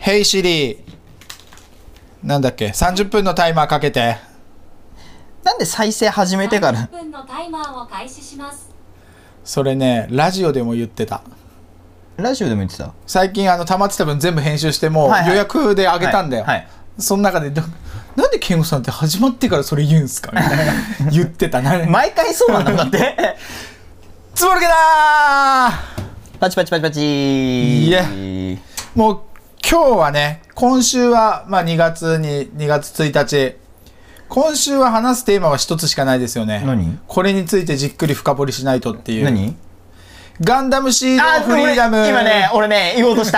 ヘイシリなんだっけ、30分のタイマーかけて。 なんで再生始めてから 30分のタイマーを開始します。 それね、ラジオでも言ってた。 ラジオでも言ってた。 最近溜まってた分全部編集してもう予約であげたんだよ、 はいはい、 その中でなんで健吾さんって始まってからそれ言うんすかみたいな言ってたな。 毎回そうなんだってつもるけだー、 パチパチパチパチー。 いやもう今日はね、今週はまあ2月1日、今週は話すテーマは一つしかないですよね。 何？ これについてじっくり深掘りしないとっていう。 何？ ガンダムシードフリーダム。 今ね、俺ね、言おうとした。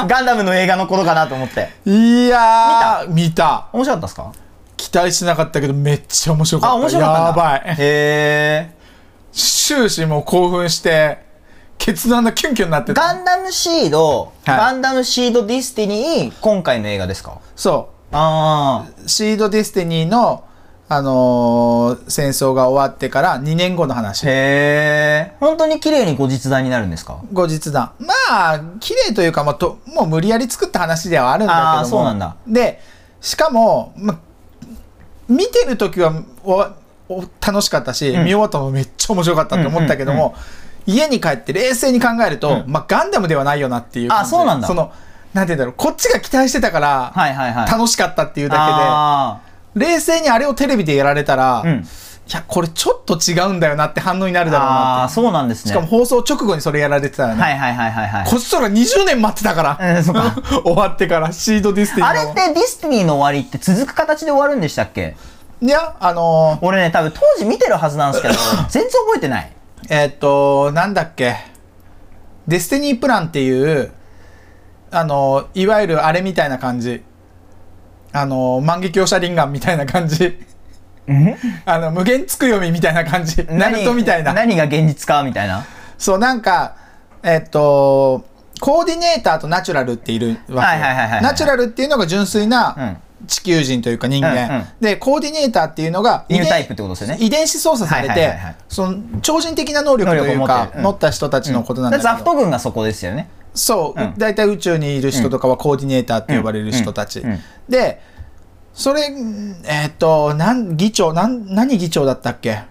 ガンダムの映画のことかなと思って。 いやー、見た。 面白かったですか？ 期待しなかったけどめっちゃ面白かった。 あ、面白かったんだ。 やばい。 へ終始もう興奮してケツの穴キュンキュンになってた。 ガンダムシード、ガンダムシードディスティニー、今回の映画ですか？ そう。 あシードディスティニーの戦争が終わってから2年後の話。 へー。本当に綺麗に後日談になるんですか？ 後日談。まあ綺麗というか、もう無理やり作った話ではあるんだけども。 ああ、そうなんだ。 でしかも、見てる時は楽しかったし、見終わったのめっちゃ面白かったって思ったけども、家に帰って冷静に考えると、ガンダムではないよなっていう感じで。 あ、そうなんだ。 なんて言うんだろう、こっちが期待してたから楽しかったっていうだけで、冷静にあれをテレビでやられたら、いやこれちょっと違うんだよなって反応になるだろうなって。 ああ、そうなんですね。 しかも放送直後にそれやられてたらね。こっちとら20年待ってたから、 そうか終わってからシードディスティニー。 あれってディスティニーの終わりって続く形で終わるんでしたっけ？ いや、 俺ね、多分当時見てるはずなんですけど全然覚えてない。 なんだっけ、デスティニープランっていういわゆるあれみたいな感じ、万華鏡車輪眼みたいな感じ無限つくよみみたいな感じ、ナルトみたいな。 何が現実かみたいな。 そう、なんかコーディネーターとナチュラルっているわけ。ナチュラルっていうのが純粋な地球人というか人間、でコーディネーターっていうのがニュータイプってことですよね。 遺伝子操作されて、その超人的な能力というか持った人たちのことなんだけど、 ザフト軍がそこですよね。 そう、大体宇宙にいる人とかはコーディネーターって呼ばれる人たちで、それ何議長だったっけ、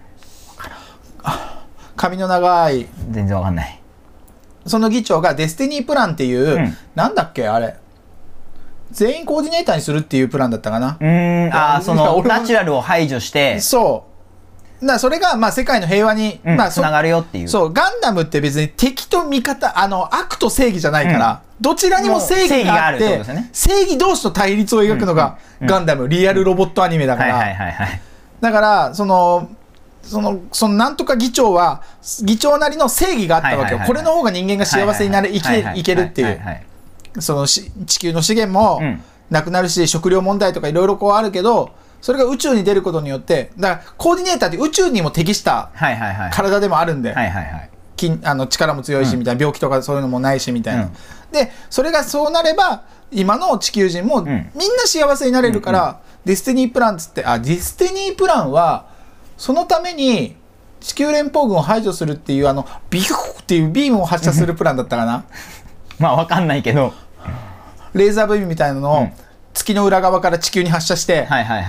髪の長い、 全然わかんない。 その議長がデスティニープランっていう、なんだっけあれ、全員コーディネーターにするっていうプランだったかな。 そのナチュラルを排除して、 そうそれがまあ世界の平和につながるよっていう。 そう、ガンダムって別に敵と味方、悪と正義じゃないから、どちらにも正義があって、正義同士の対立を描くのがガンダム、リアルロボットアニメだから。だからそのなんとか議長は議長なりの正義があったわけよ。これの方が人間が幸せに生きるっていう。その地球の資源もなくなるし、食料問題とかいろいろこうあるけど、それが宇宙に出ることによって、だからコーディネーターって宇宙にも適した体でもあるんで、力も強いしみたいな、病気とかそういうのもないしみたいな。でそれがそうなれば今の地球人もみんな幸せになれるから、ディスティニープランつって、ディスティニープランはそのために地球連邦軍を排除するっていうビューっていうビームを発射するプランだったかな。 まあわかんないけど、 レーザービームみたいなのを月の裏側から地球に発射して、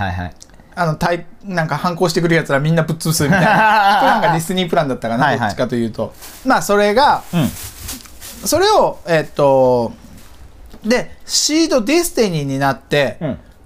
なんか反抗してくるやつらみんなぶっ潰すみたいなプランがディスティニープランだったかな、どっちかというと。まあそれが、それをでシードディスティニーになって、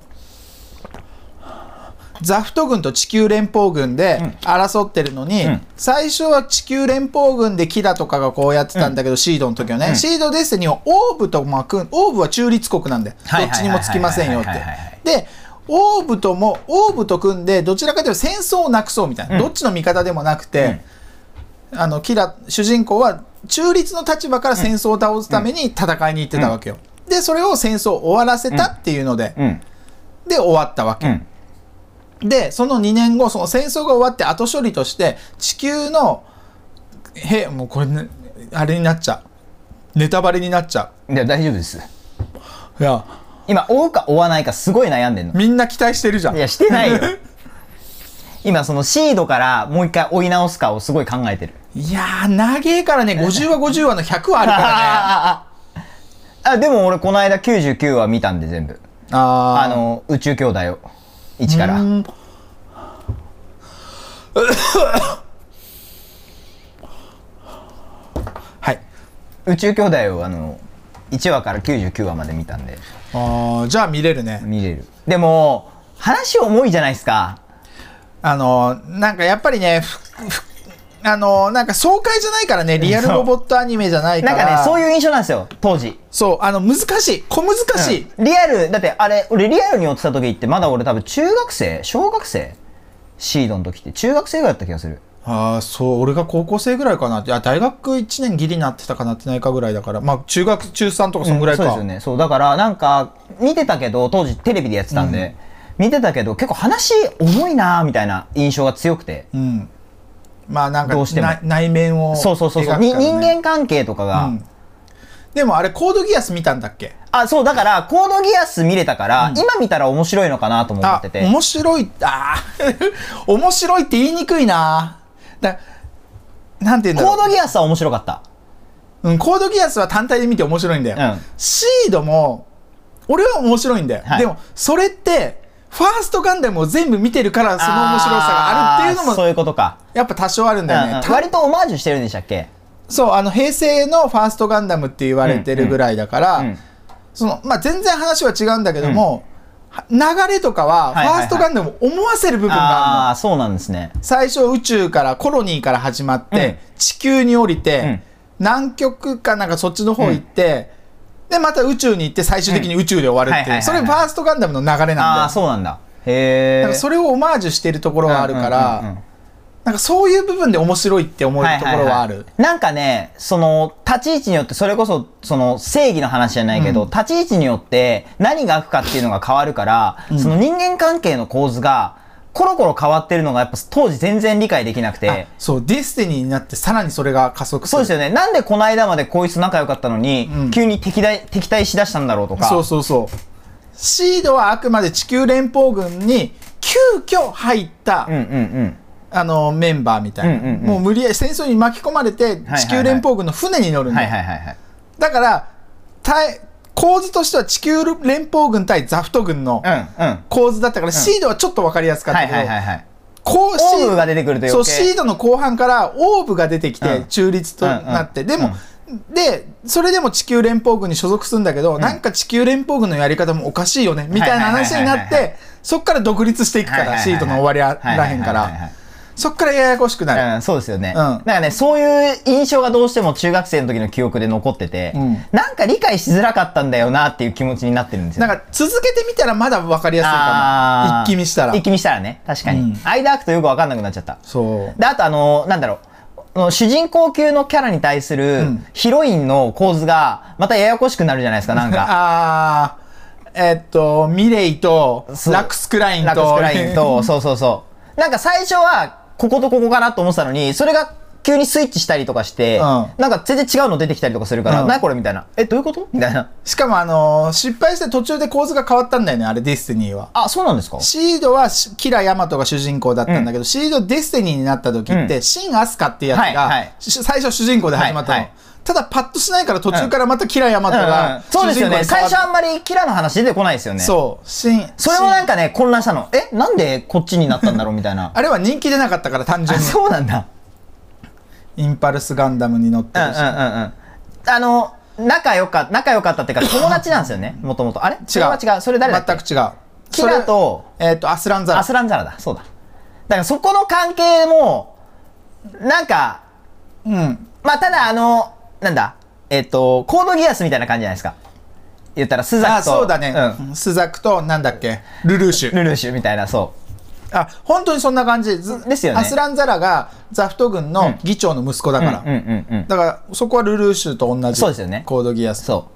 ザフト軍と地球連邦軍で争ってるのに、最初は地球連邦軍でキラとかがこうやってたんだけど、シードの時はね、シードデスティニーをオーブとオーブは中立国なんでどっちにもつきませんよって。でオーブと組んでどちらかというと戦争をなくそうみたいな、どっちの味方でもなくて、キラ主人公は中立の立場から戦争を倒すために戦いに行ってたわけよ。でそれを戦争を終わらせたっていうので、で終わったわけ。でその2年後、その戦争が終わって後処理として地球のもうこれ、ね、あれになっちゃう、ネタバレになっちゃう。 いや大丈夫です。 いや今追うか追わないかすごい悩んでんの。 みんな期待してるじゃん。 いやしてないよ今そのシードからもう一回追い直すかをすごい考えてる。 いやー長えからね、50話50話の100話あるからねあ、でも俺この間99話見たんで全部。宇宙兄弟を。1から。 はい。 宇宙兄弟を1話から99話まで見たんで。 じゃあ見れるね。 見れる。でも、話重いじゃないですか。 なんかやっぱりね、なんか爽快じゃないからね、リアルロボットアニメじゃないから。 なんかね、そういう印象なんですよ、当時。 そう、難しい。小難しい。 リアル、だってあれ、俺リアルに追ってた時って、まだ俺多分中学生小学生シードの時って中学生ぐらいだった気がする。 そう、俺が高校生ぐらいかな。いや、大学1年ギリなってたかなってないかぐらいだから、まあ、中3とかそんぐらいか。 そうですよね。そう、だからなんか、見てたけど、当時テレビでやってたんで、見てたけど、結構話重いなーみたいな印象が強くて。 まあなんか内面をそう、人間関係とかが、 でもあれコードギアス見たんだっけ？ そうだからコードギアス見れたから、今見たら面白いのかなとも思ってて。 面白い面白いって言いにくいな。なんていうんだろう。 コードギアスは面白かった。 コードギアスは単体で見て面白いんだよ。シードも俺は面白いんだよ。でもそれってファーストガンダムを全部見てるからその面白さがあるっていうのもそういうことか。 やっぱ多少あるんだよね。 割とオマージュしてるんでしたっけ？ そう、平成のファーストガンダムって言われてるぐらいだから、まあ全然話は違うんだけども、流れとかはファーストガンダムを思わせる部分があるの。 そうなんですね。 最初宇宙からコロニーから始まって、地球に降りて、南極かなんかそっちの方行って、でまた宇宙に行って最終的に宇宙で終わるっていう、それファーストガンダムの流れなんだよ。 そうなんだ。へえ。 なんかそれをオマージュしてるところがあるから、なんかそういう部分で面白いって思うところはある。 なんかね、その立ち位置によってそれこそその正義の話じゃないけど、立ち位置によって何が悪かっていうのが変わるから、その人間関係の構図がコロコロ変わってるのがやっぱ当時全然理解できなくて。 そう、デスティニーになってさらにそれが加速する。 そうですよね。なんでこの間までこいつ仲良かったのに、急に敵対しだしたんだろうとか。 そう。シードはあくまで地球連邦軍に急遽入ったメンバーみたいな、もう無理やり戦争に巻き込まれて地球連邦軍の船に乗るんだよ。だから構図としては地球連邦軍対ザフト軍の構図だったから、シードはちょっと分かりやすかったけど、 オーブが出てくるというそう、シードの後半からオーブが出てきて中立となって、でもそれでも地球連邦軍に所属するんだけど、なんか地球連邦軍のやり方もおかしいよねみたいな話になって、そっから独立していくから、シードの終わりらへんから。そっからややこしくなる。 そうですよね。なんかね、そういう印象がどうしても中学生の時の記憶で残ってて、なんか理解しづらかったんだよなっていう気持ちになってるんですよ。 なんか続けてみたらまだ分かりやすいかも。一気見したら。 一気見したらね、確かに。間空くとよく分かんなくなっちゃった。 そう。 で、あとなんだろう。主人公級のキャラに対するヒロインの構図がまたややこしくなるじゃないですか、なんか。 ミレイとラクスクラインと。 そう。なんか最初は、こことここかなと思ってたのに、それが急にスイッチしたりとかして、なんか全然違うの出てきたりとかするから、何これみたいな。どういうことみたいな。 しかも失敗して途中で構図が変わったんだよね、あれ、デスティニーは。 そうなんですか？ シードはキラ・ヤマトが主人公だったんだけど、シードデスティニーになった時って、シン・アスカっていうやつが、最初主人公で始まったの。ただパッとしないから途中からまたキラ・ヤマトがそうですよね。最初あんまりキラの話出てこないですよね。 そう。それもなんかね、混乱したの。なんでこっちになったんだろうみたいな。 あれは人気出なかったから、単純に。 そうなんだ。 インパルスガンダムに乗ってるし。 仲良かったっていうか、友達なんですよね、もともと。あれ違う。それ誰だっけ？ 全く違う。 キラと、 アスランザラ。 アスランザラだ。そうだ。だからそこの関係も、なんか、まあ、ただなんだ、コードギアスみたいな感じじゃないですか。言ったら、スザクと。 そうだね。スザクと、なんだっけ、ルルーシュみたいな、そう。 本当にそんな感じですよね。 アスランザラがザフト軍の議長の息子だから。だから、そこはルルーシュと同じ。 そうですよね。 コードギアス。そう。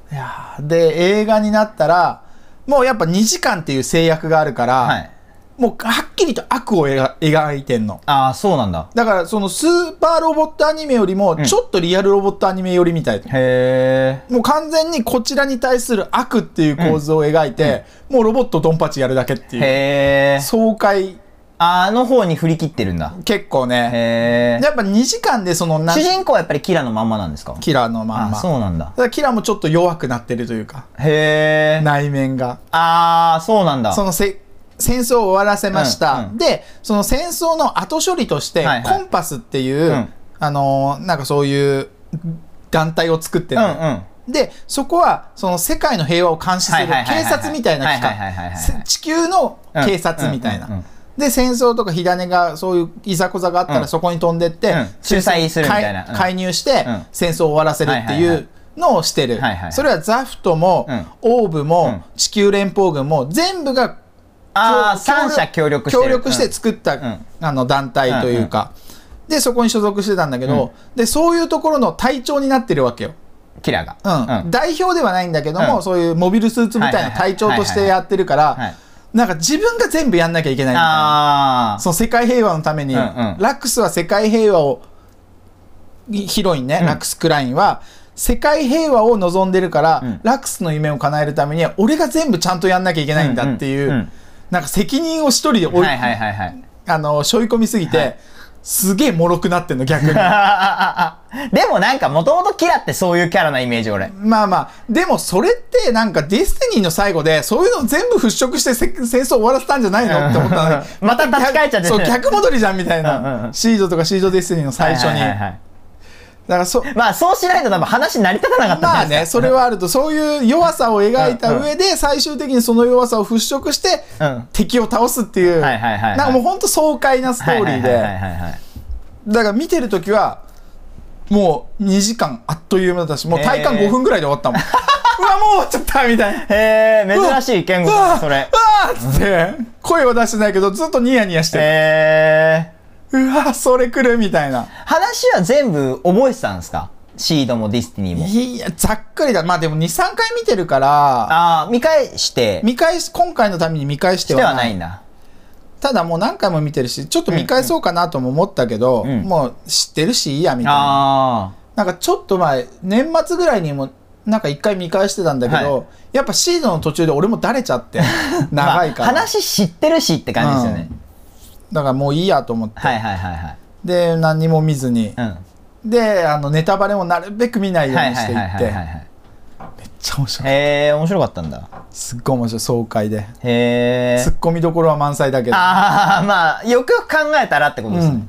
いやで、映画になったら、もうやっぱ2時間っていう制約があるから、もうはっきりと悪を描いてんの。 そうなんだ。 だからそのスーパーロボットアニメよりもちょっとリアルロボットアニメ寄りみたい。もう完全にこちらに対する悪っていう構図を描いて、もうロボットドンパチやるだけっていう爽快の方に振り切ってるんだ。 結構ね。 へやっぱ2時間でその主人公はやっぱりキラのまんまなんですか？ キラのまんま。 そうなんだ。 だからキラもちょっと弱くなってるというか。 へえ。 内面が。 そうなんだ。 その戦争を終わらせました。で、その戦争の後処理として、コンパスっていう、なんかそういう団体を作ってるの。で、そこは、その世界の平和を監視する警察みたいな機関。地球の警察みたいな。で、戦争とか火種が、そういういざこざがあったらそこに飛んでって、 仲裁するみたいな。 介入して、戦争を終わらせるっていうのをしてる。それはザフトも、オーブも、地球連邦軍も、全部が、 3社協力して作った団体というか、で、そこに所属してたんだけど、で、そういうところの隊長になってるわけよ。 キラが。 代表ではないんだけども、そういうモビルスーツみたいな隊長としてやってるから、なんか自分が全部やんなきゃいけないみたいな。その世界平和のために、ラックスは世界平和を、ヒロインね、ラックス・クラインは、世界平和を望んでるから、ラックスの夢を叶えるためには、俺が全部ちゃんとやんなきゃいけないんだっていう、なんか責任を一人で背負い込みすぎて、すげえ脆くなってんの、逆に。 でもなんかもともとキラってそういうキャラなイメージ、俺。 まあまあ、でもそれってなんかディスティニーの最後で、そういうの全部払拭して戦争終わらせたんじゃないのって思ったのに。 また立ち返っちゃって。 そう、逆戻りじゃんみたいな。シードとかシードディスティニーの最初に。だからまあそうしないと多分話成り立たなかったんですか。 まあね、それはあると、そういう弱さを描いた上で、最終的にその弱さを払拭して、敵を倒すっていう、なんかもうほんと爽快なストーリーで、だから見てるときは、もう2時間あっという間だったし、もう体感5分ぐらいで終わったもん。うわ、もう終わっちゃったみたいな。 へえ、珍しい言語だ、それ。 うわーって、声は出してないけど、ずっとニヤニヤしてる。 へー。 うわそれ来るみたいな。 話は全部覚えてたんですか？シードもディスティニーも。 いや、ざっくりだ。まあでも2、3回見てるから。 見返して。 今回のために見返してはない。 ないんだ。 ただもう何回も見てるし、ちょっと見返そうかなとも思ったけど、もう知ってるしいいや、みたいな。なんかちょっと前、年末ぐらいにも、なんか1回見返してたんだけど、やっぱシードの途中で俺もだれちゃって。長いから。 話知ってるしって感じですよね。 だからもういいやと思って。で、何も見ずに。で、ネタバレもなるべく見ないようにしていって。めっちゃ面白い。 へえ、面白かったんだ。 すっごい面白い、爽快で。 へえ。 ツッコミどころは満載だけど。 まあ、よくよく考えたらってことですね。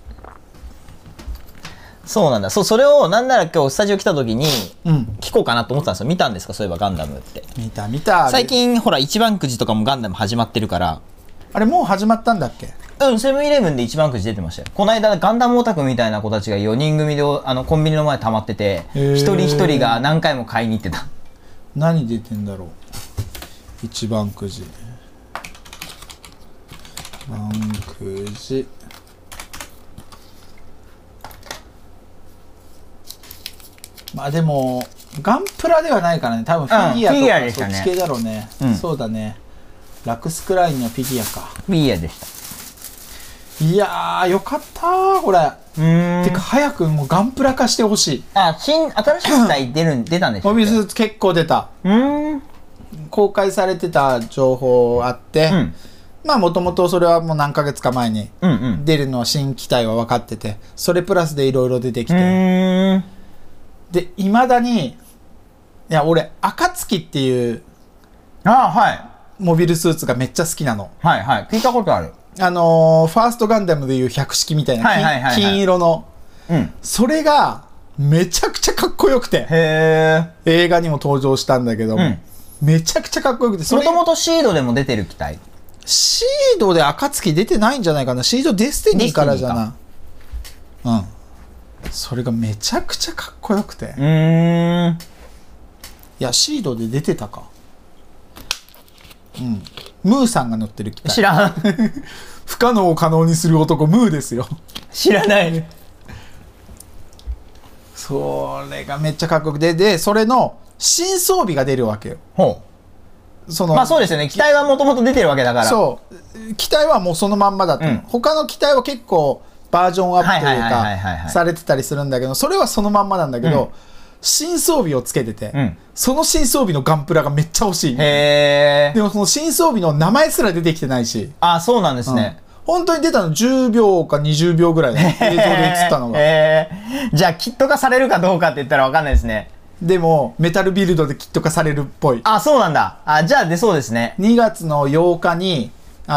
そうなんだ。それをなんなら今日スタジオ来た時に聞こうかなと思ってたんですよ。見たんですか？そういえばガンダムって。 見た。 最近ほら一番くじとかもガンダム始まってるから。 あれもう始まったんだっけ？ セブンイレブンで一番くじ出てましたよ。この間ガンダムオタクみたいな子たちが4人組でコンビニの前溜まってて、一人一人が何回も買いに行ってた。 何出てんだろう。一番くじ。番くじ。まあでもガンプラではないからね。多分フィギュアとかそっち系だろうね。そうだね。ラックス・クラインのフィギュアか。 フィギュアでした。 いやー、よかったー、これ。てか、早くもうガンプラ化してほしい。 新しい機体出たんですか？ モビルスーツ結構出た。公開されてた情報あって、まあもともとそれはもう何ヶ月か前に出るのは新機体は分かってて、それプラスでいろいろ出てきて。で、いまだに、いや、俺、暁っていう、モビルスーツがめっちゃ好きなの。 聞いたことある。 ファーストガンダムでいう百式みたいな金色の、それがめちゃくちゃかっこよくて、映画にも登場したんだけども、めちゃくちゃかっこよくて、 もともとシードでも出てる機体。 シードで暁出てないんじゃないかな。シードデスティニーからじゃな。それがめちゃくちゃかっこよくて。いや、シードで出てたか。ムーさんが乗ってる機体。 知らん。 不可能を可能にする男、ムーですよ。 知らない。 それがめっちゃかっこよくて、で、それの新装備が出るわけよ。 まあそうですよね。機体はもともと出てるわけだから。 そう。機体はもうそのまんまだったの。他の機体は結構バージョンアップというか、されてたりするんだけど、それはそのまんまなんだけど、新装備をつけてて、その新装備のガンプラがめっちゃ欲しい。でもその新装備の名前すら出てきてないし。 そうなんですね。 本当に出たの10秒か20秒ぐらいの映像で映ったのが。 じゃあキット化されるかどうかって言ったらわかんないですね。 でもメタルビルドでキット化されるっぽい。 あ、そうなんだ。あ、じゃあ出そうですね。 2月の8日に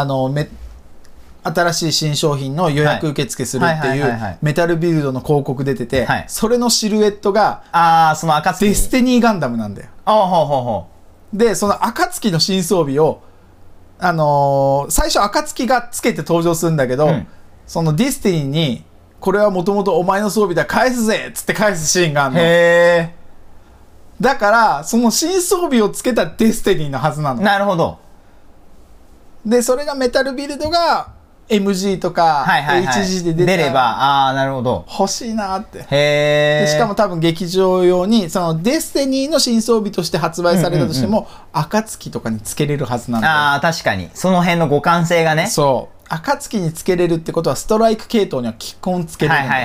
新しい新商品の予約受付するっていうメタルビルドの広告出てて、それのシルエットがその暁デスティニーガンダムなんだよ。でその暁の新装備を最初暁がつけて登場するんだけど、そのディスティニーにこれはもともとお前の装備だ返すぜっつって返すシーンがあるの。 へー。だからその新装備をつけたデスティニーのはずなの。 なるほど。 でそれがメタルビルドがMG とか HG で出れば、なるほど。 欲しいなって。 へでしかも多分劇場用にそのデスティニーの新装備として発売されたとしても、暁とかにつけれるはずなんだよ。 確かにその辺の互換性がね。 そう暁につけれるってことはストライク系統には基本つけれるんだよ。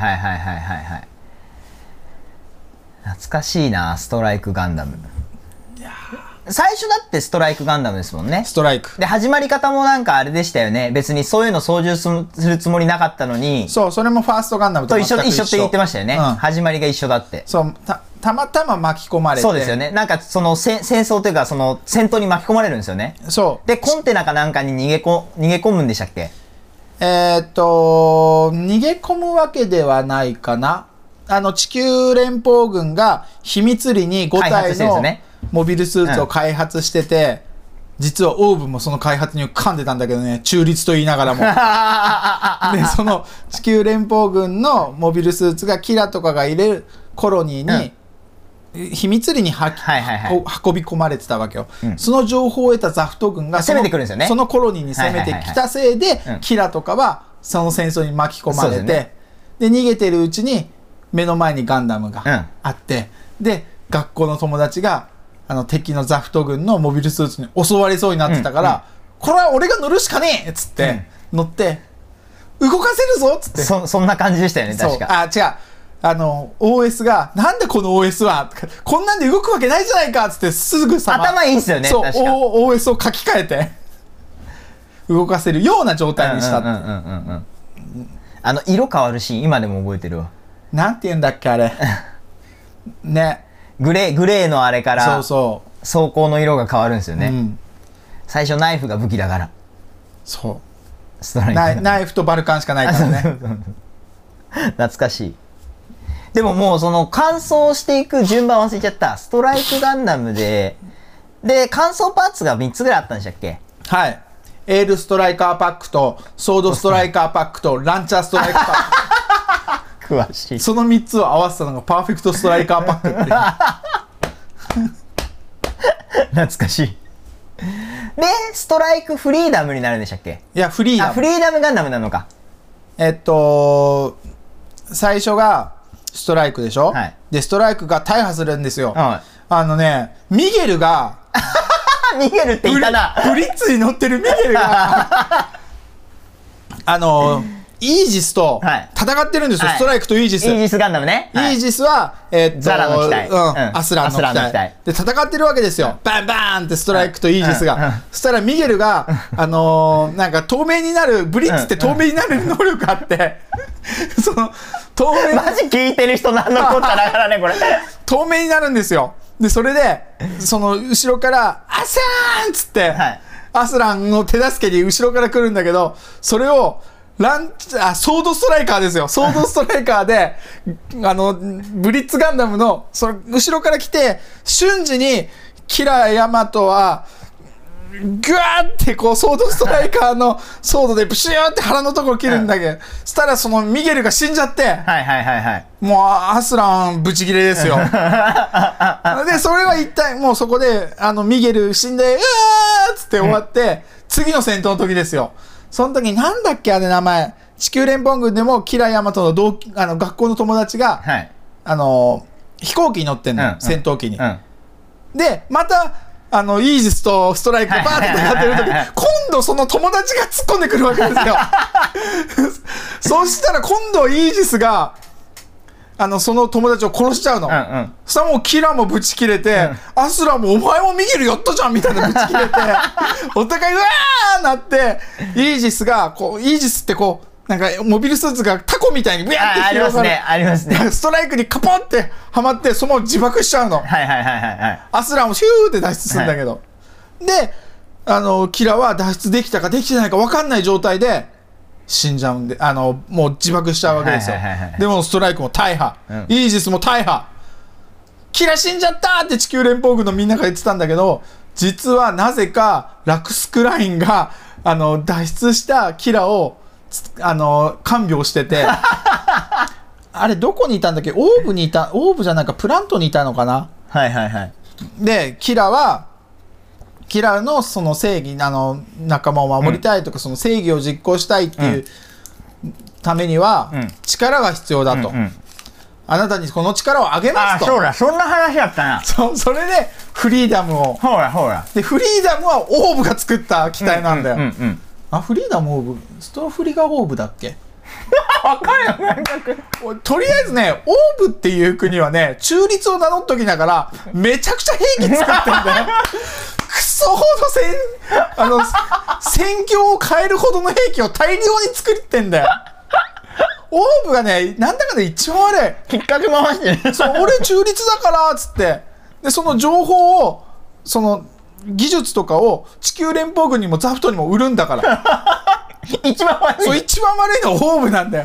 懐かしいな、ストライクガンダム。最初だってストライクガンダムですもんね。 ストライクで始まり方もなんかあれでしたよね。別にそういうの操縦するつもりなかったのに、 そう、それもファーストガンダムと一緒って言ってましたよね。始まりが一緒だって。 そうたまたま巻き込まれて。 そうですよね。なんかその戦争というかその戦闘に巻き込まれるんですよね。 そうでコンテナかなんかに逃げ込むんでしたっけ。 逃げ込むわけではないかな。地球連邦軍が秘密裏に5体のモビルスーツを開発してて、実はオーブもその開発に噛んでたんだけどね、中立と言いながらも。でその地球連邦軍のモビルスーツがキラとかが入れるコロニーに、秘密裏に運び込まれてたわけよ。その情報を得たザフト軍が攻めてくるんですよね。 そのコロニーに攻めてきたせいで、キラとかはその戦争に巻き込まれて、で逃げてるうちに目の前にガンダムがあって、で学校の友達が敵のザフト軍のモビルスーツに襲われそうになってたから、これは俺が乗るしかねえっつって、乗って動かせるぞっつって。 そんな感じでしたよね、確か。 違う。OS が、なんでこの OS はこんなんで動くわけないじゃないかっつってすぐさま頭いいんすよね。 そう、 確か OS を書き換えて動かせるような状態にしたって。 色変わるシーン今でも覚えてるわ。 なんて言うんだっけあれね、 グレーのあれから装甲の色が変わるんですよね。最初ナイフが武器だから。 そうナイフとバルカンしかないからね。 懐かしい。でももうその乾燥していく順番忘れちゃった。ストライクガンダムで乾燥パーツが3つぐらいあったんでしたっけ。 はい。エールストライカーパックとソードストライカーパックとランチャーストライカーパック。 詳しい。 その3つを合わせたのがパーフェクトストライカーパックって懐かしい。でストライクフリーダムになるんでしたっけ。 いやフリーダムガンダムなのか。 最初がストライクでしょ、でストライクが大破するんですよ。ミゲルがミゲルって言ったな。 ブリッツに乗ってるミゲルがイージスと戦ってるんですよ、ストライクとイージス。 イージスガンダムね。 イージスはザラの機体、 アスランの機体で戦ってるわけですよ。バンバーンってストライクとイージスが。そしたらミゲルがなんか透明になる、ブリッツって透明になる能力があってその透明マジ聞いてる人何のこっただからねこれ。 透明になるんですよ。でそれでその後ろからアスランっつって、アスランの手助けに後ろから来るんだけど、それをソードストライカーですよ。ソードストライカーでブリッツガンダムのその後ろから来て、瞬時にキラーヤマトはグワーってこうソードストライカーのソードでブシューって腹のところ切るんだけど、そしたらそのミゲルが死んじゃって、もうアスランブチギレですよ。でそれは一体もうそこでミゲル死んでうわーっつって終わって、次の戦闘の時ですよ。その時なんだっけあれ名前、地球連邦軍でもキラヤマトの学校の友達が、飛行機に乗ってんの、戦闘機に。でまたイージスとストライクがバーって戦ってる時、今度その友達が突っ込んでくるわけですよ。そしたら今度イージスがその友達を殺しちゃうの。そしたらもうキラもブチ切れて、アスラもお前もミゲルやったじゃんみたいなブチ切れて、お互いうわーなって、イージスが、こう、イージスってこう、なんかモビルスーツがタコみたいにブヤって広がる。 ありますね。 ストライクにカポンってはまって、そのまま自爆しちゃうの。アスラもヒューって脱出するんだけど。で、キラは脱出できたかできてないか分かんない状態で、死んじゃうんで、もう自爆しちゃうわけですよ。でもストライクも大破、イージスも大破、キラ死んじゃったって地球連邦軍のみんなが言ってたんだけど、実はなぜかラクスクラインが脱出したキラを看病しててあれどこにいたんだっけ、オーブじゃないかプラントにいたのかな。でキラのその正義仲間を守りたいとか、その正義を実行したいっていうためには力が必要だと、あなたにこの力をあげますと。 そうだ、そんな話だったな。 それでフリーダムを、でフリーダムはオーブが作った機体なんだよ。フリーダムオーブ、ストフリガオーブだっけ分かるよね。 とりあえずね、オーブっていう国はね、中立を名乗っときながらめちゃくちゃ兵器作ってんだよクソほど戦況を変えるほどの兵器を大量に作ってんだよオーブがね、なんだかで一番悪い。 きっかけ回してる。 そう、俺中立だからっつって。で、その情報を、その技術とかを地球連邦軍にもザフトにも売るんだから。 一番悪い。 そう、一番悪いのはオーブなんだよ。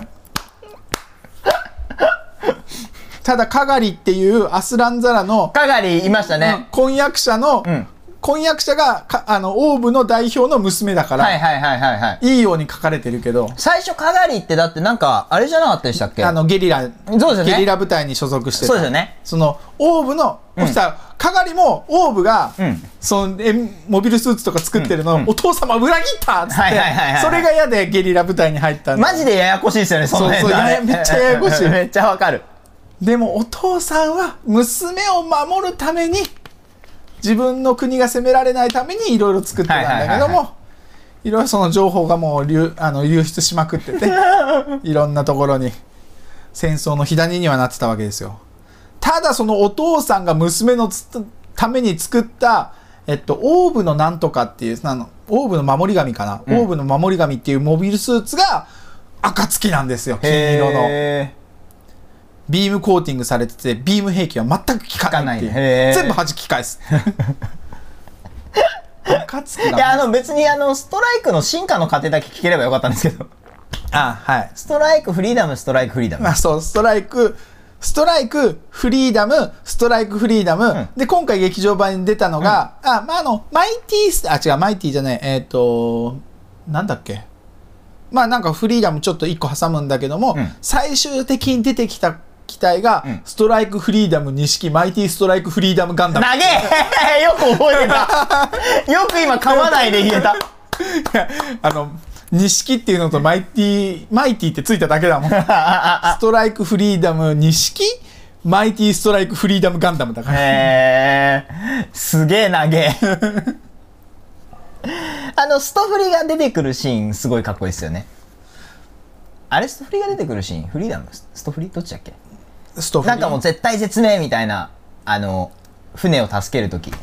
ただ、カガリっていうアスランザラの。 カガリいましたね。 婚約者の、婚約者がオーブの代表の娘だから、いいように書かれてるけど、 最初カガリってだってなんかあれじゃなかったでしたっけ、 ゲリラ、 そうですね、 ゲリラ部隊に所属してた。 そうですよね。 そのオーブの、そしたらカガリもオーブが、そのモビルスーツとか作ってるの、お父様裏切ったっつって、それが嫌でゲリラ部隊に入ったんで。 マジでややこしいですよね、その辺。 めっちゃややこしい。 めっちゃわかる。 でもお父さんは娘を守るために、自分の国が攻められないためにいろいろ作ってたんだけども、いろいろその情報がもう流出しまくってていろんなところに戦争の火種にはなってたわけですよ。ただそのお父さんが娘のために作ったオーブのなんとかっていうオーブの守り神かな、オーブの守り神っていうモビルスーツが暁なんですよ。金色のビームコーティングされてて、ビーム兵器は全く効かないっていう。全部弾き返す。 いや、別にストライクの進化の過程だけ聞ければよかったんですけど。 はい。 ストライク、フリーダム、ストライク、フリーダム。 そう、ストライク、フリーダム、ストライク、フリーダム。で、今回劇場版に出たのが、マイティー、マイティーじゃない、なんだっけ。なんかフリーダムちょっと1個挟むんだけども、最終的に出てきた機体が、ストライクフリーダム錦マイティストライクフリーダムガンダム。 長えよく覚えてたよく今噛まないで言えた錦っていうのとマイティってついただけだもんストライクフリーダム錦マイティストライクフリーダムガンダムだからすげえ長えストフリが出てくるシーンすごいかっこいいですよね。あれストフリが出てくるシーンフリーダムストフリどっちだっけ。なんかもう絶対絶命みたいな船を助けるとき、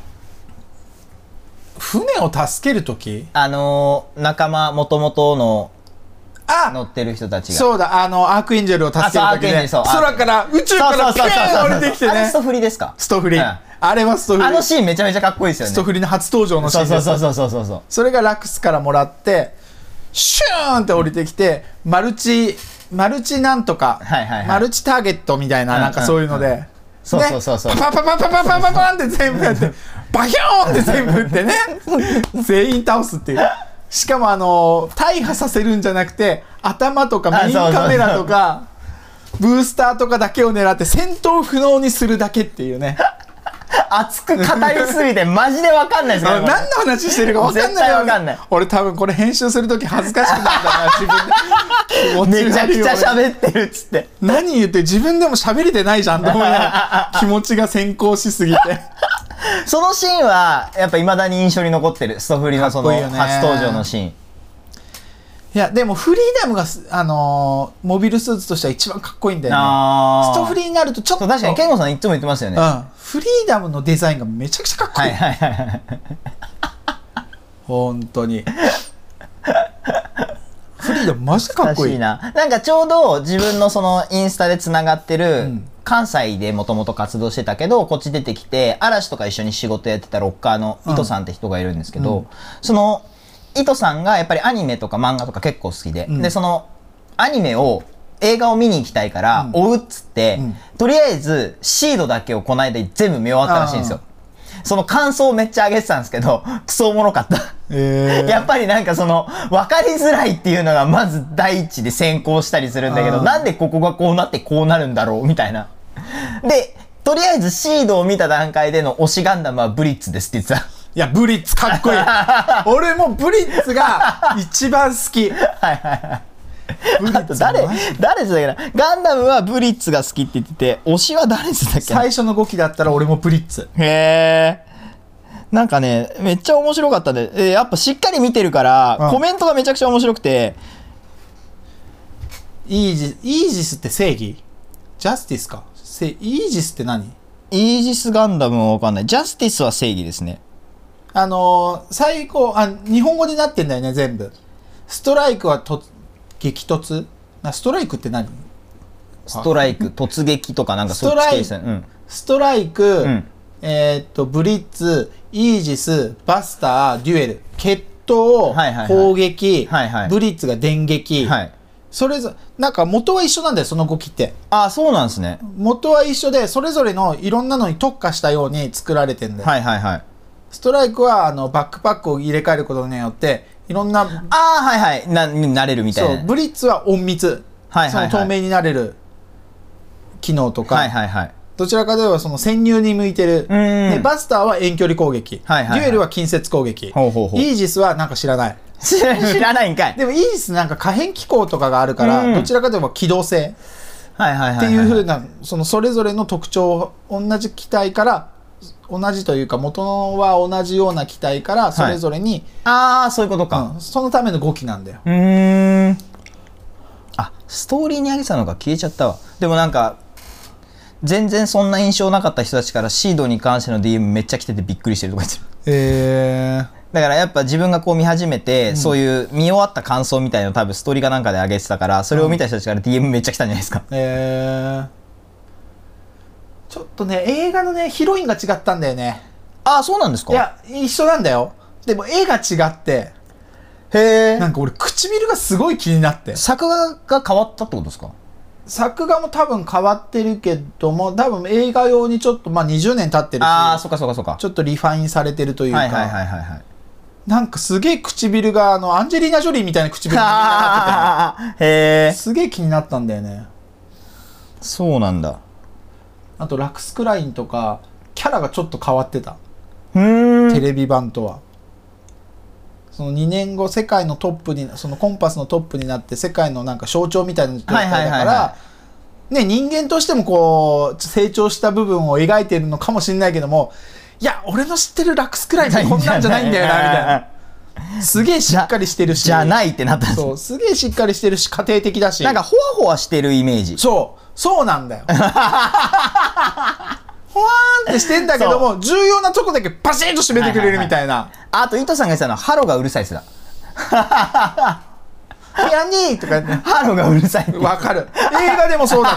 船を助けるとき仲間もともとの乗ってる人たちが、 そうだアークエンジェルを助けるときね、空から宇宙からピューン降りてきてね。 あれストフリですか。 ストフリ、あれはストフリ。 シーンめちゃめちゃかっこいいですよね。 ストフリの初登場のシーンです。そうそれがラクスからもらってシューンって降りてきて、マルチなんとか、マルチターゲットみたいな、なんかそういうので、 そうパパパパパパパパンって全部やってバヒョーンって全部打ってね全員倒すっていう。しかも大破させるんじゃなくて、頭とかメインカメラとかブースターとかだけを狙って戦闘不能にするだけっていうね。 熱く語りすぎてマジで分かんないですね。 何の話してるか分かんないよ。 絶対分かんない。 俺多分これ編集するとき恥ずかしくなったな自分でめちゃくちゃ喋ってるっつって、 何言って自分でも喋れてないじゃんと思いながら気持ちが先行しすぎてそのシーンはやっぱ未だに印象に残ってる。ストフリのその初登場のシーン。 いやでもフリーダムがモビルスーツとしては一番かっこいいんだよね。ストフリーになるとちょっと確かに健吾さんいつも言ってますよね。 フリーダムのデザインがめちゃくちゃかっこいい。本当にフリーダムマジでかっこいい。 なんかちょうど自分のそのインスタでつながってる、関西でもともと活動してたけどこっち出てきて嵐とか一緒に仕事やってたロッカーの糸さんって人がいるんですけど、その糸さんがやっぱりアニメとか漫画とか結構好きで、でそのアニメを映画を見に行きたいから追うっつって、とりあえずシードだけをこの間全部見終わったらしいんですよ。その感想をめっちゃ上げてたんですけどクソおもろかった。やっぱりなんかその分かりづらいっていうのがまず第一で先行したりするんだけど、なんでここがこうなってこうなるんだろうみたいな。でとりあえずシードを見た段階での推しガンダムはブリッツですって言ってた。 いやブリッツかっこいい。俺もブリッツが一番好き。 あと誰だっけな、ガンダムはブリッツが好きって言ってて、推しは誰だっけ。 最初の5期だったら俺もブリッツ。 へえ。なんかねめっちゃ面白かったで、やっぱしっかり見てるから、コメントがめちゃくちゃ面白くて。 イージスって正義？ジャスティスか。イージスって何？ イージスガンダムは分かんない。ジャスティスは正義ですね。 最後日本語になってんだよね全部。ストライクは激突？ストライクって何？ ストライク突撃とかなんかそっち系ですね。 ストライク、ブリッツ、イージス、バスター、デュエル、決闘、砲撃、ブリッツが電撃、それぞれなんか元は一緒なんだよその5機って。 ああそうなんですね。 元は一緒でそれぞれのいろんなのに特化したように作られてんだよ。ストライクはバックパックを入れ替えることによっていろんななれるみたいな。 そうブリッツは隠密、その透明になれる機能とか、どちらかといえばその潜入に向いてる。でバスターは遠距離攻撃、デュエルは近接攻撃、イージスはなんか知らない。 知らないんかい。 でもイージスなんか可変機構とかがあるから、どちらかといえば機動性っていう風なそれぞれの特徴を同じ機体から同じというか元は同じような機体からそれぞれに、 そういうことか、 そのための5機なんだよ。 ストーリーに上げてたのが消えちゃったわ。でもなんか全然そんな印象なかった人たちからシードに関しての DM めっちゃ来ててびっくりしてるとか言ってる。だからやっぱ自分がこう見始めて、そういう見終わった感想みたいなの多分ストーリーかなんかで上げてたから、それを見た人たちから DM めっちゃ来たんじゃないですか。 ちょっとね映画のねヒロインが違ったんだよね。 そうなんですか。 いや一緒なんだよ。でも絵が違って、なんか俺唇がすごい気になって。 作画が変わったってことですか。 作画も多分変わってるけども、多分映画用にちょっと20年経ってるし、ちょっとリファインされてるというか、なんかすげえ唇がアンジェリーナ・ジョリーみたいな唇になってて、すげえ気になったんだよね。 そうなんだ。 あとラクス・クラインとかキャラがちょっと変わってた。テレビ版とは。その2年後世界のトップに、そのコンパスのトップになって世界のなんか象徴みたいな状態だからね、人間としてもこう成長した部分を描いてるのかもしれないけども、いや俺の知ってるラクスクラインってこんなんじゃないんだよなみたいな。すげえしっかりしてるし、 じゃないってなったんです。 そうすげえしっかりしてるし家庭的だし、 なんかホワホワしてるイメージ。 そうなんだよ。ほわーんってしてんだけども、重要なとこだけパシッと締めてくれるみたいな。 あと糸さんが言ってたのはハロがうるさいっすだ。 やにーとかハロがうるさい。 わかる。映画でもそうだった。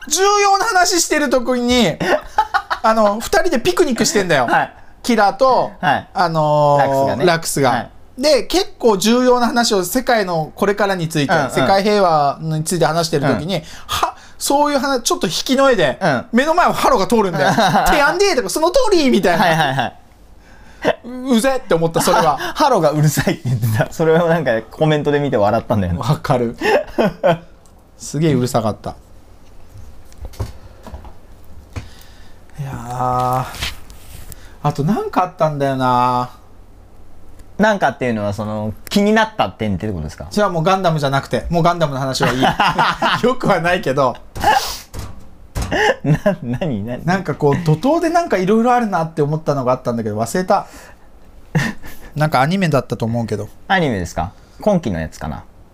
重要な話してる時に2人でピクニックしてんだよ、キラーと、ラクスが。で結構重要な話を世界のこれからについて、世界平和について話してる時に、そういう話ちょっと引きの絵で、目の前をハロが通るんだよ。てやんでーとかその通りみたいな。うぜって思った。それはハロがうるさいって言ってた。それをなんかコメントで見て笑ったんだよね。 わかる。すげえうるさかった。いやあとなんかあったんだよな。 なんかっていうのはその気になった点ってことですか。 それはもうガンダムじゃなくて、もうガンダムの話はいい。よくはないけど何なんかこう怒涛でなんかいろいろあるなって思ったのがあったんだけど忘れた。なんかアニメだったと思うけど。 アニメですか。今期のやつかな。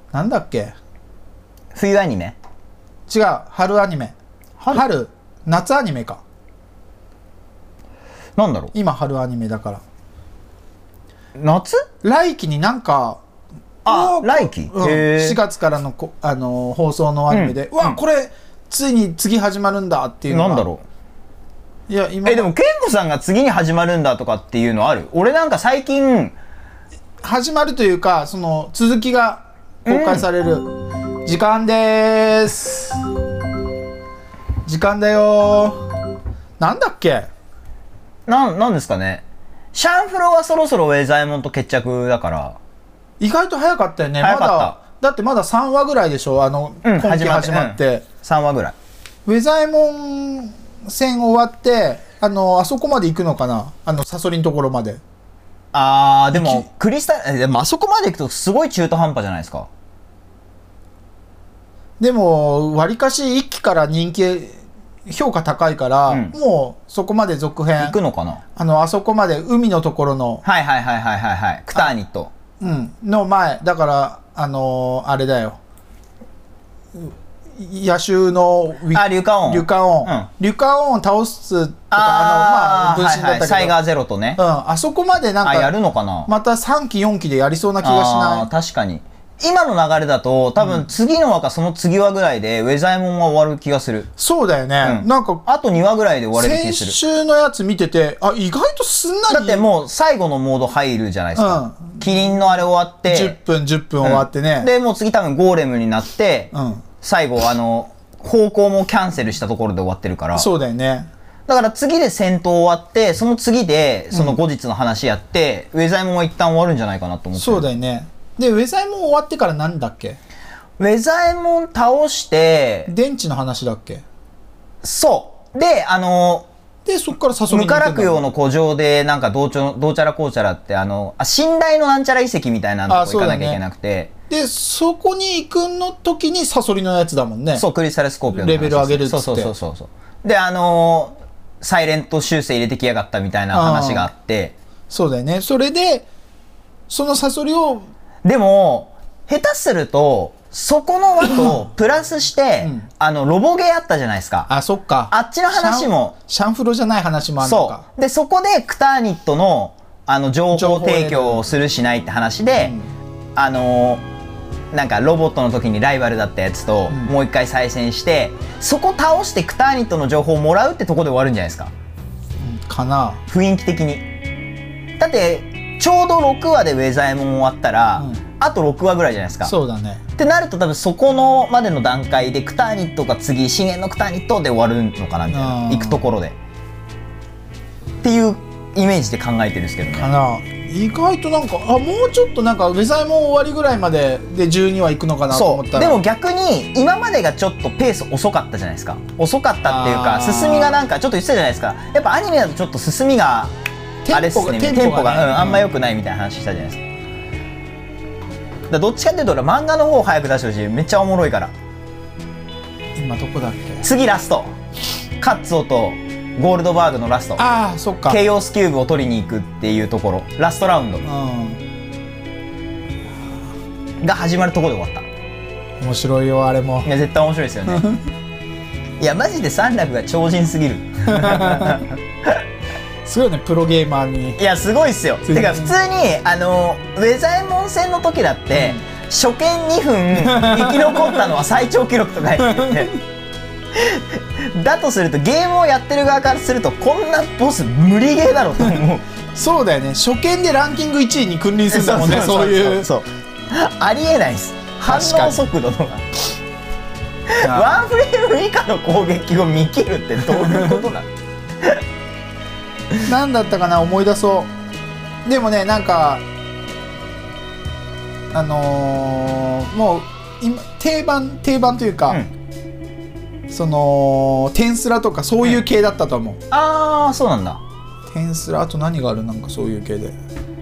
なんだっけ。 冬アニメ？ 違う、春アニメ。春、夏アニメか。 なんだろう。 今春アニメだから。 夏？ 来期になんか、 来期、 4月からの放送のアニメで、うわ、これついに次始まるんだっていうのが。 なんだろう。いや、今でもケンコさんが次に始まるんだとかっていうのある？俺なんか最近始まるというか、その続きが公開される時間でーす。時間だよー。なんだっけ？ なんですかね。シャンフロはそろそろウェザエモンと決着だから。 意外と早かったよね。 早かった。 だってまだ3話ぐらいでしょ、今期始まって、 3話ぐらい。 ウェザエモン戦終わってあそこまで行くのかな、サソリのところまで。 でもクリスタル、でもあそこまで行くとすごい中途半端じゃないですか。 でもわりかし1期から人気評価高いから、もうそこまで続編行くのかな。 あそこまで海のところのクターニットの前だから、あれだよ、野衆のリュカオンを倒すとか、分身だったけどサイガーゼロとね、 あそこまでなんかやるのかな。 また3期4期でやりそうな気がしない？ 確かに今の流れだと多分次の話かその次話ぐらいでウェザエモンは終わる気がする。 そうだよね、なんかあと2話ぐらいで終われる気がする。 先週のやつ見てて、意外とすんなり。 だってもう最後のモード入るじゃないですか、キリンのあれ終わって 10分終わってね、 でもう次多分ゴーレムになって、最後方向もキャンセルしたところで終わってるから。 そうだよね。 だから次で戦闘終わってその次でその後日の話やって、ウェザエモンは一旦終わるんじゃないかなと思ってる。 そうだよね。でウェザエモン終わってからなんだっけ？ ウェザエモン倒して電池の話だっけ？ そうででそっからサソリに無殻用の古城でなんかどうちゃらこうちゃらって寝台のなんちゃら遺跡みたいなのとこ行かなきゃいけなくて、 でそこに行くの時にサソリのやつだもんね。 そう、クリスタルスコーピオンのレベル上げるっつって。 そうでサイレント修正入れてきやがったみたいな話があって、 そうだよね。それでそのサソリをでも下手するとそこの輪とプラスして、ロボゲーあったじゃないですか。 そっか。 あっちの話もシャンフロじゃない話もあるのか。 そうでそこでクターニットの情報提供をするしないって話で、なんかロボットの時にライバルだったやつともう一回再戦して、そこ倒してクターニットの情報をもらうってとこで終わるんじゃないですか。 かな、 雰囲気的に。だってちょうど6話でウェザエモン終わったら、あと6話ぐらいじゃないですか。 そうだね。 ってなると多分そこのまでの段階でクターニットが次深淵のクターニットで終わるのかなみたいな、行くところでっていうイメージで考えてるんですけどね。 かな。意外となんかもうちょっとなんかウェザエモン終わりぐらいまでで12話行くのかなと思ったら、 でも逆に今までがちょっとペース遅かったじゃないですか。遅かったっていうか進みがなんかちょっと言ってたじゃないですか。やっぱアニメだとちょっと進みがあれっすね、テンポがあんま良くないみたいな話したじゃないですか。だどっちかっていうと俺漫画の方を早く出してほしい。めっちゃおもろいから。 今どこだっけ？ 次ラストカッツオとゴールドバーグのラスト。 そっか。 ケイオスキューブを取りに行くっていうところ、ラストラウンドが始まるところで終わった。 面白いよあれも。 いや絶対面白いですよね。いやマジで三楽が超人すぎる。 すごいね、プロゲーマーに。 いやすごいっすよ。てか普通にウェザエモン戦の時だって、初見2分生き残ったのは最長記録とか言っててだとするとゲームをやってる側からするとこんなボス無理ゲーだろうと思う。 そうだよね。初見でランキング1位に君臨するんだもんね。そういうありえないです。反応速度とかワンフレーム以下の攻撃を見切るってどういうことなの？ 何だったかな、思い出そう。でもね、なんかもう今定番というか、そのテンスラとかそういう系だったと思う。 そうなんだ。 テンスラ、あと何がある？なんかそういう系で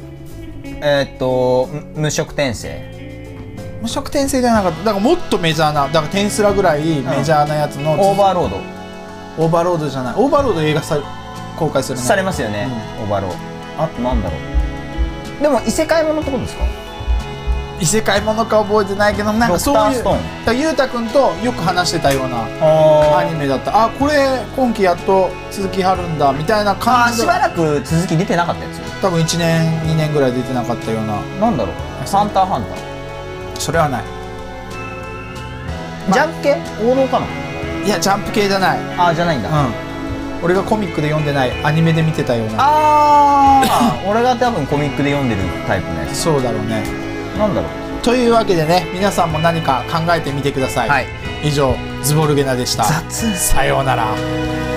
無色転生じゃなかった。だからもっとメジャーな、だからテンスラぐらいメジャーなやつの、 オーバーロードじゃない。オーバーロード映画公開するね。 されますよね、オーバーロード。あとなんだろう。でも異世界ものってことですか？ 異世界ものか覚えてないけど、なんかそういうゆうたくんとよく話してたようなアニメだった。あ、これ今期やっと続きあるんだみたいな感じ。 しばらく続き出てなかったやつ。 多分1年2年ぐらい出てなかったような。 なんだろう、ハンターハンター。 それはない。 ジャンプ系王道かな。 いやジャンプ系じゃない。 あ、じゃないんだ。 俺がコミックで読んでないアニメで見てたような。 俺が多分コミックで読んでるタイプのやつ。 そうだろうね。 なんだろう。 というわけでね、皆さんも何か考えてみてください。以上ズボルゲナでした。 雑。 さようなら。